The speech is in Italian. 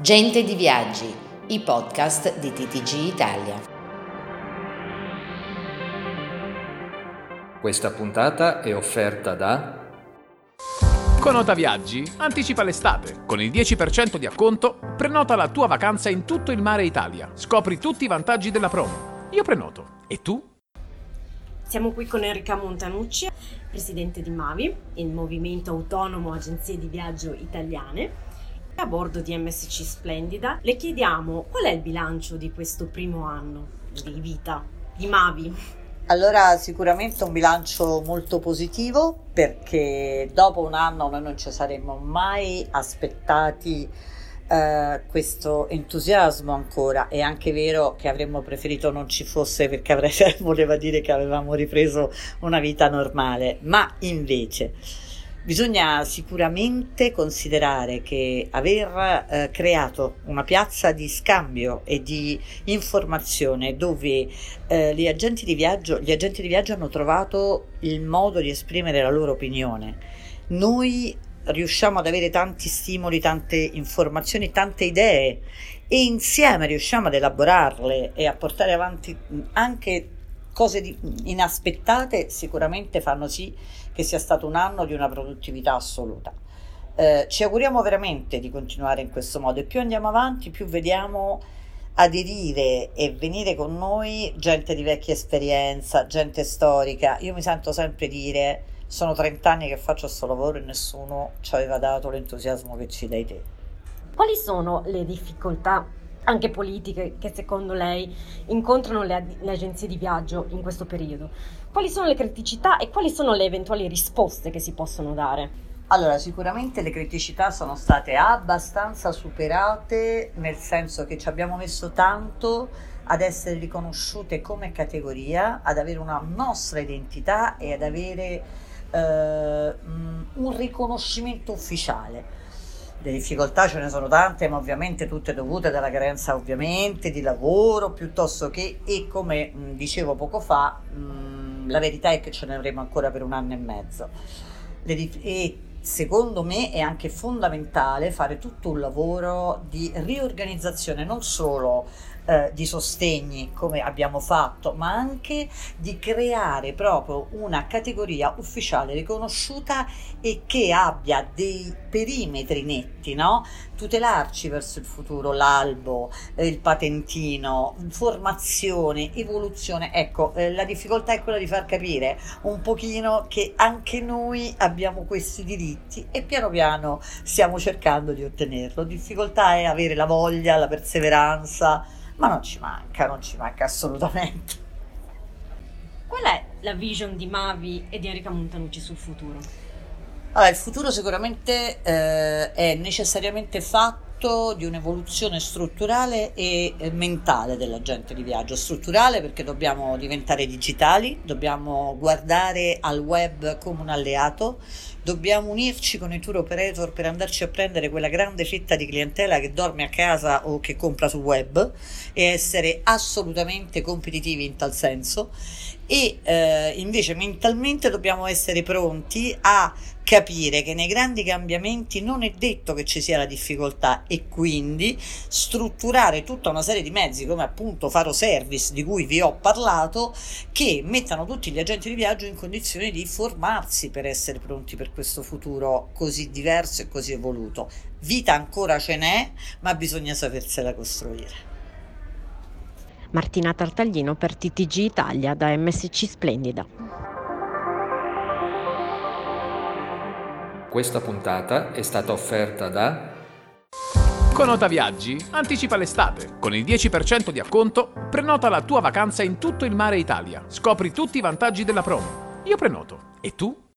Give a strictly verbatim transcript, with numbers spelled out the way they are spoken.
Gente di Viaggi, i podcast di T T G Italia. Questa puntata è offerta da... Con Nota Viaggi anticipa l'estate. Con il dieci per cento di acconto prenota la tua vacanza in tutto il mare Italia. Scopri tutti i vantaggi della promo. Io prenoto. E tu? Siamo qui con Enrica Montanucci, presidente di Mavi, il Movimento Autonomo Agenzie di Viaggio Italiane. A bordo di M S C Splendida le chiediamo qual è il bilancio di questo primo anno di vita di Mavi. Allora, sicuramente un bilancio molto positivo, perché dopo un anno noi non ci saremmo mai aspettati eh, questo entusiasmo ancora. È anche vero che avremmo preferito non ci fosse, perché avrei, voleva dire che avevamo ripreso una vita normale, ma invece bisogna sicuramente considerare che aver eh, creato una piazza di scambio e di informazione dove eh, gli agenti di viaggio, gli agenti di viaggio hanno trovato il modo di esprimere la loro opinione. Noi riusciamo ad avere tanti stimoli, tante informazioni, tante idee e insieme riusciamo ad elaborarle e a portare avanti anche cose di, inaspettate. Sicuramente fanno sì che sia stato un anno di una produttività assoluta. Eh, ci auguriamo veramente di continuare in questo modo, e più andiamo avanti più vediamo aderire e venire con noi gente di vecchia esperienza, gente storica. Io mi sento sempre dire: sono trent'anni che faccio questo lavoro e nessuno ci aveva dato l'entusiasmo che ci dai te. Quali sono le difficoltà, anche politiche, che secondo lei incontrano le, le agenzie di viaggio in questo periodo? Quali sono le criticità e quali sono le eventuali risposte che si possono dare? Allora, sicuramente le criticità sono state abbastanza superate, nel senso che ci abbiamo messo tanto ad essere riconosciute come categoria, ad avere una nostra identità e ad avere eh, un riconoscimento ufficiale. Le difficoltà ce ne sono tante, ma ovviamente tutte dovute dalla carenza ovviamente di lavoro, piuttosto che, e come mh, dicevo poco fa, mh, la verità è che ce ne avremo ancora per un anno e mezzo. Le dif- e secondo me è anche fondamentale fare tutto un lavoro di riorganizzazione, non solo eh, di sostegni come abbiamo fatto, ma anche di creare proprio una categoria ufficiale riconosciuta e che abbia dei perimetri netti, no? Tutelarci verso il futuro, l'albo, eh, il patentino, formazione, evoluzione. Ecco, eh, la difficoltà è quella di far capire un pochino che anche noi abbiamo questi diritti e piano piano stiamo cercando di ottenerlo. Difficoltà è avere la voglia, la perseveranza, ma non ci manca, non ci manca assolutamente. Qual è la vision di Mavi e di Enrica Montanucci sul futuro? Allora, il futuro sicuramente eh, è necessariamente fatto di un'evoluzione strutturale e eh, mentale dell'agente di viaggio. Strutturale perché dobbiamo diventare digitali, dobbiamo guardare al web come un alleato, dobbiamo unirci con i tour operator per andarci a prendere quella grande fetta di clientela che dorme a casa o che compra sul web e essere assolutamente competitivi in tal senso. E eh, invece mentalmente dobbiamo essere pronti a capire che nei grandi cambiamenti non è detto che ci sia la difficoltà, e quindi strutturare tutta una serie di mezzi come appunto Faro Service, di cui vi ho parlato, che mettano tutti gli agenti di viaggio in condizione di formarsi per essere pronti per questo futuro così diverso e così evoluto. Vita ancora ce n'è, ma bisogna sapersela costruire. Martina Tartaglino per T T G Italia da M S C Splendida. Questa puntata è stata offerta da... Con Nota Viaggi anticipa l'estate. Con il dieci per cento di acconto prenota la tua vacanza in tutto il mare Italia. Scopri tutti i vantaggi della promo. Io prenoto. E tu?